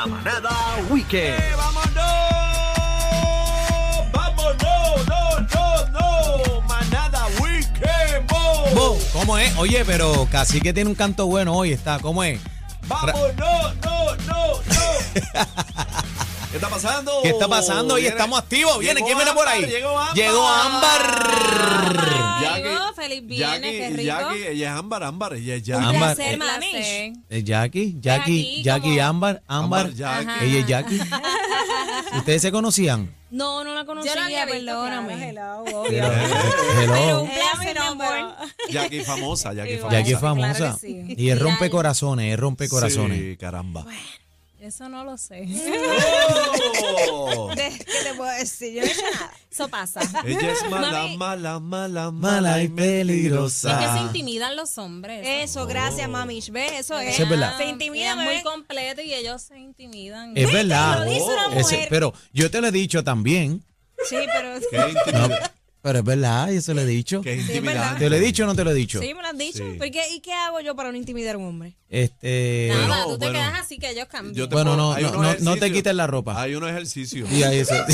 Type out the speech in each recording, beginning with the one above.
La Manada Weekend. ¡Vámonos! ¡No! ¡Manada Weekend! Bo, ¿cómo es? Oye, pero Cacique tiene un canto bueno hoy, está, ¿cómo es? ¡Vamos, no! ¿Qué está pasando? ¿Qué está pasando? Hoy estamos activos. Viene, ¿quién viene por ahí? Llegó Ámbar. Llegó, feliz viernes, qué rico. Ella es Ámbar, ella es Jackie. Un Ámbar, placer, placer. mami. Jackie, como- Ámbar. Jackie. Ella es Jackie. ¿Ustedes se conocían? No la conocía, Yo la había visto, perdóname. claro, Pero Hello. un placer, amor. Jackie famosa. Jackie es Claro famosa. que sí. Y es rompe corazones, Sí, caramba. Eso no lo sé. Oh. ¿Qué te puedo decir? Yo no he hecho nada. Eso pasa. Ella es Mami. Mala y peligrosa. Es que se intimidan los hombres. Eso, gracias, mami. ¿Ves? Eso es. Eso es verdad. Se intimida, Es muy bebé. completo y ellos se intimidan. Es verdad. Lo dice una mujer. Pero yo te lo he dicho también. Sí, pero... Qué No, intimidante. pero es verdad, yo se lo he dicho. Qué verdad. intimidante. ¿Te lo he dicho o no te lo he dicho? Sí, me lo han dicho. Sí. ¿Por qué? ¿Y qué hago yo para no intimidar a un hombre? Nada, tú te bueno. quedas así que ellos cambian. Yo te Bueno, puedo- no, hay no, unos no, no te ejercicios. quites la ropa. Hay unos ejercicios. Y ahí eso.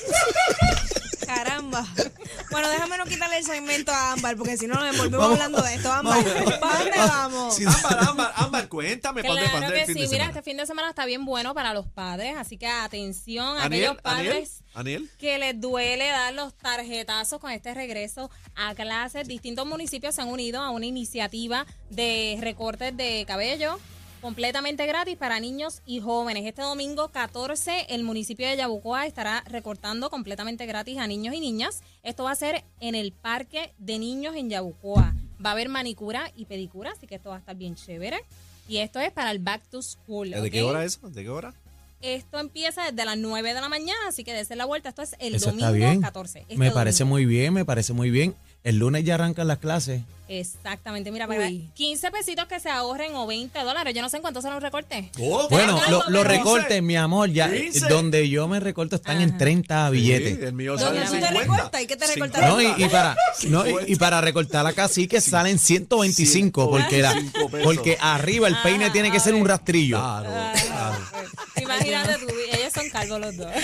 Caramba. Bueno, déjame no quitarle el segmento a Ámbar, porque si no nos envolvemos hablando de esto. Ámbar, ¿para dónde vamos? Sí. Ámbar, cuéntame, ¿para Claro dónde que el fin sí, de mira, semana? este fin de semana está bien bueno para los padres, así que atención a Aniel, aquellos padres Aniel. que les duele dar los tarjetazos con este regreso a clases. Distintos municipios se han unido a una iniciativa de recortes de cabello completamente gratis para niños y jóvenes. Este domingo 14 el municipio de Yabucoa estará recortando completamente gratis a niños y niñas. Esto va a ser en el parque de niños en Yabucoa. Va a haber manicura y pedicura, así que esto va a estar bien chévere. Y esto es para el Back to School. ¿De ¿ok? qué hora es eso? ¿De qué hora? Esto empieza desde las 9 de la mañana, así que desde la vuelta. Esto es el Eso domingo está bien. 14. este Me parece domingo. muy bien, me parece muy bien. El lunes ya arrancan las clases. Exactamente, mira, Uy. 15 pesitos que se ahorren o $20. Yo no sé en cuánto se los recorté. Bueno, Pero los pero- recortes, mi amor, ya 15. donde yo me recorto están en 30 billetes. Sí, el mío ¿Dónde sale tú te 50. recortas? ¿Y qué te recortas? No, y para recortar la cacique salen 125 125 pesos. porque arriba el peine tiene que ser un rastrillo. Claro, claro. Imagínate tú, ellos son calvos los dos.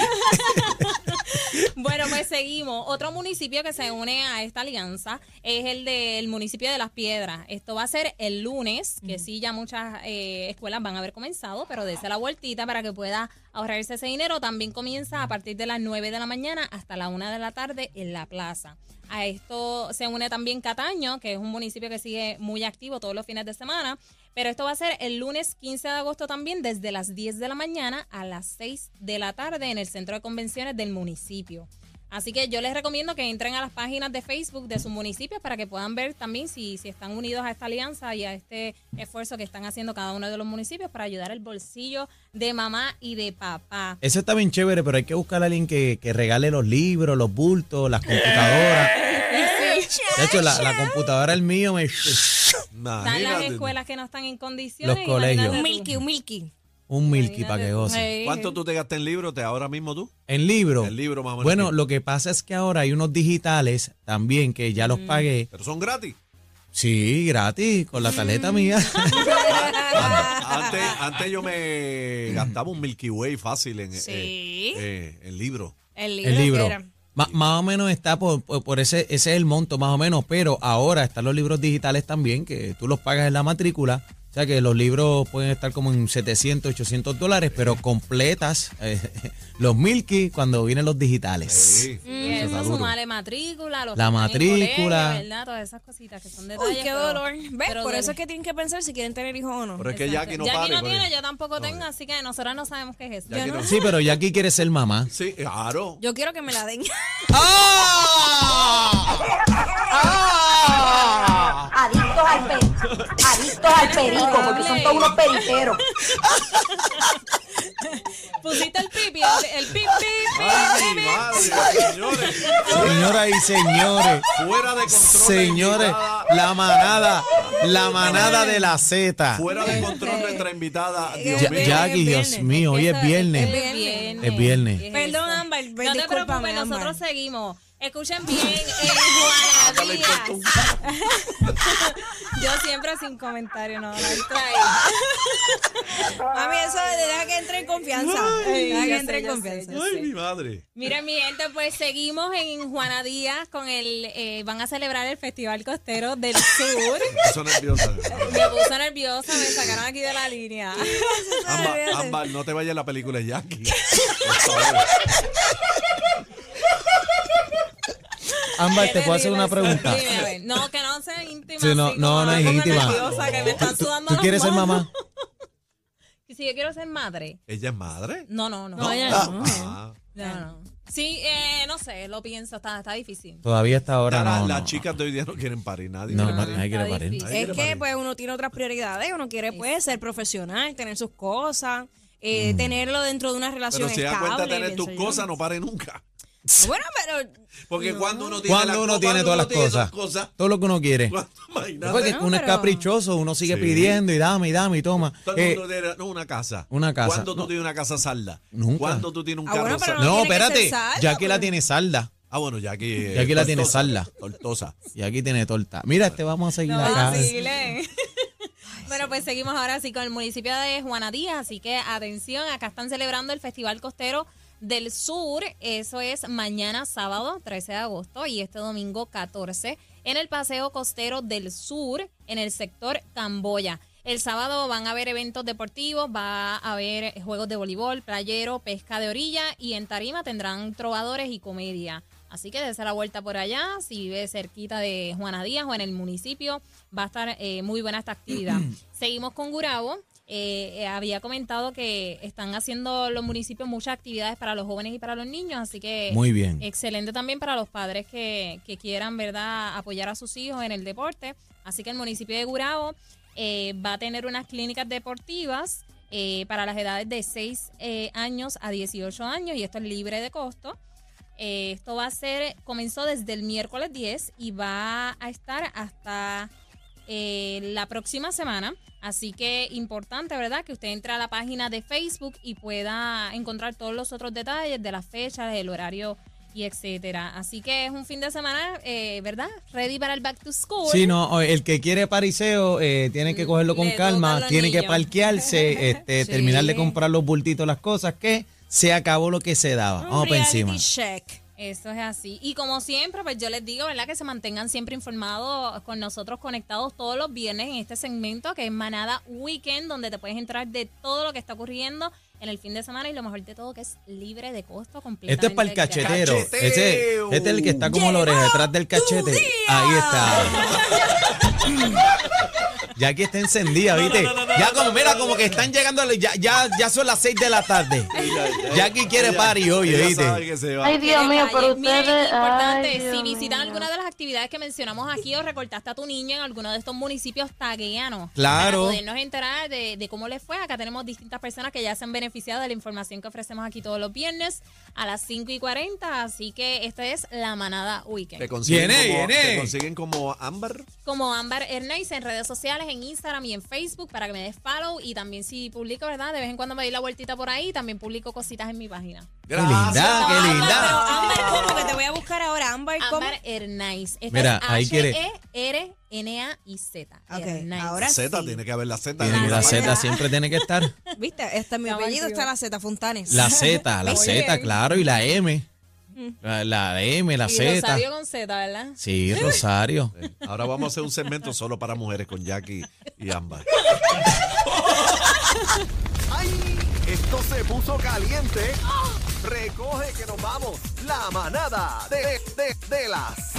Bueno, pues seguimos. Otro municipio que se une a esta alianza es el del municipio de Las Piedras. Esto va a ser el lunes, que sí, ya muchas escuelas van a haber comenzado, pero dése la vueltita para que pueda ahorrarse ese dinero. También comienza a partir de las 9 de la mañana hasta la 1 de la tarde en la plaza. A esto se une también Cataño, que es un municipio que sigue muy activo todos los fines de semana. Pero esto va a ser el lunes 15 de agosto también, desde las 10 de la mañana a las 6 de la tarde en el centro de convenciones del municipio. Así que yo les recomiendo que entren a las páginas de Facebook de sus municipios para que puedan ver también si están unidos a esta alianza y a este esfuerzo que están haciendo cada uno de los municipios para ayudar el bolsillo de mamá y de papá. Eso está bien chévere, pero hay que buscar a alguien que regale los libros, los bultos, las computadoras. De hecho, la computadora el mío me... Están las Imagínate. escuelas que no están en condiciones. Los colegios. imagínate Un tú. milky. Un milky para que goce. Sí. ¿Cuánto tú te gastas en libros ahora mismo tú? En libro. El libro más o menos. Bueno, lo que pasa es que ahora hay unos digitales también que ya los pagué. Pero son gratis. Sí, gratis, con la tarjeta mía. Antes yo me gastaba un Milky Way fácil en Sí. el libro. El El libro. que era. Más o menos está por ese es el monto, más o menos, pero ahora están los libros digitales también, que tú los pagas en la matrícula. O sea que los libros pueden estar como en $700, $800, pero completas los Milky cuando vienen los digitales. Sí, Y eso está eso duro. sumarle matrícula, los La que están en matrícula. colegio, ¿verdad? Todas esas cositas que son detalles. Uy, qué pero- dolor. ¿Ves? pero Por duele. eso es que tienen que pensar si quieren tener hijos o no. Pero es que Exacto. Jackie no Jackie pare. no pero- tiene, yo tampoco tengo, así que nosotros no sabemos qué es eso. Jackie no- Sí, pero Jackie quiere ser mamá. Sí, claro. Yo quiero que me la den. Adictos al perico, porque son todos unos periqueros. Pusiste el pipi, el pip, pip, Ay, pip, mi pip. madre, señores. Señoras y señores, Fuera de control. señores, invitada. la manada de la Z. Fuera de control nuestra invitada. Dios Ya- mío. Jackie, Dios mío, hoy es viernes. Es viernes. Es viernes. ¿Qué es Perdón, eso? Ámbar, No te discúlpame, preocupes, Ámbar. nosotros seguimos. Escuchen bien, Juana Díaz. Yo siempre sin comentario, no, la distraí. Mami, eso deja que entre en confianza. Deja que entre en confianza. Ay, mi madre. Miren, mi gente, pues seguimos en Juana Díaz con van a celebrar el Festival Costero del Sur. Me puso nerviosa. Me puso nerviosa, me sacaron aquí de la línea. Ámbar, no te vayas a la película de Jackie. Por favor. Ámbar, ¿te puedo hacer una pregunta? Dime, a ver. No, que no sea íntima. Sí, no, así no, como no es me pongo íntima. nerviosa, que me están sudando ¿Tú las quieres ser manos. mamá? ¿Y si yo quiero ser madre? ¿Ella es madre? No. Ah. No. Sí, no sé, lo pienso, está difícil. Todavía hasta ahora no. Las no. chicas de hoy día no quieren parir. Nadie No, quiere parir. nadie quiere Está parir. difícil. Es que pues uno tiene otras prioridades, uno quiere pues ser profesional, tener sus cosas, tenerlo dentro de una relación Pero si da cuenta estable. tener tus pienso yo. cosas, no pare nunca. Bueno, pero Porque cuando uno tiene, Cuando uno tiene todas las cosas, todo lo que uno quiere. Imagínate. Porque No, uno es pero- caprichoso, uno sigue Sí. pidiendo y dame y toma. Todo el mundo tiene una casa. una casa. ¿Cuándo tú tienes una casa salda? Nunca. ¿Cuándo tú tienes un Ah, carro bueno, pero salda? No, tiene que espérate. ser salda, Jackie la pues. tiene salda. Ah, bueno, Jackie. Y aquí la tiene salda. Tortosa. Y aquí tiene torta. Mira, vamos a seguir No acá. vacile. Bueno, pues seguimos ahora sí con el municipio de Juana Díaz, así que atención, acá están celebrando el Festival Costero del Sur, eso es mañana sábado 13 de agosto y este domingo 14 en el Paseo Costero del Sur en el sector Camboya. El sábado van a haber eventos deportivos, va a haber juegos de voleibol, playero, pesca de orilla y en tarima tendrán trovadores y comedia. Así que dése la vuelta por allá, si vive cerquita de Juana Díaz o en el municipio, va a estar muy buena esta actividad. Seguimos con Gurabo. Había comentado que están haciendo los municipios muchas actividades para los jóvenes y para los niños, así que Muy bien. excelente también para los padres que quieran, ¿verdad?, apoyar a sus hijos en el deporte. Así que el municipio de Gurabo va a tener unas clínicas deportivas para las edades de 6 años a 18 años y esto es libre de costo. Esto comenzó desde el miércoles 10 y va a estar hasta la próxima semana. Así que importante, ¿verdad?, que usted entre a la página de Facebook y pueda encontrar todos los otros detalles de las fechas, el horario y etcétera. Así que es un fin de semana, ¿verdad?, ready para el back to school. Sí, no, el que quiere pariseo tiene que cogerlo con Le tocan calma, los tiene que niños. parquearse, Sí. terminar de comprar los bultitos, las cosas, que se acabó lo que se daba. Vamos para reality encima. check. Eso es así. Y como siempre, pues yo les digo, ¿verdad?, que se mantengan siempre informados con nosotros, conectados todos los viernes en este segmento que es Manada Weekend, donde te puedes enterar de todo lo que está ocurriendo en el fin de semana y lo mejor de todo que es libre de costo completamente. Este es para el gratis. cachetero. ¡Cacheteo! Este es el que está como la oreja detrás del cachete. Ahí está. Ya aquí está encendida, ¿viste? Ya como, mira, como que están llegando, ya son las 6 de la tarde. Jackie quiere party hoy, Ella ¿viste? sabe que se va. Ay, Dios mío, pero Miren, ustedes... importante, ay, Dios si visitan mío. alguna de las actividades que mencionamos aquí o recortaste a tu niño en alguno de estos municipios, taguéanos. Claro. Para podernos enterar de cómo les fue. Acá tenemos distintas personas que ya se han beneficiado de la información que ofrecemos aquí todos los viernes a las 5:40. Así que esta es la Manada Weekend. Te consiguen Viene. Te consiguen como Ámbar. Como Ámbar Hernández en redes sociales, en Instagram y en Facebook para que me des follow. Y también si publico, ¿verdad?, de vez en cuando me doy la vueltita por ahí. También publico cositas en mi página. Qué linda, qué Pero linda. Ámbar, ¿cómo? Que te voy a buscar ahora. Ámbar, ¿cómo? Ámbar Hernández. Esta Mira, es ahí quiere- H-E-R-N-A-I-Z. Ok, Hernández. ahora Z, sí. tiene que haber la Z. Tiene que la Z. Z siempre tiene que estar. ¿Viste? Este es mi Ya apellido, va, está la Z, Fontanes. La Z, la Z, claro, y la M. La M, la Y Z. Rosario con Z, ¿verdad? Sí, Rosario. Ahora vamos a hacer un segmento solo para mujeres con Jackie y Ámbar. ¡Ay! Esto se puso caliente. Recoge que nos vamos. La manada de la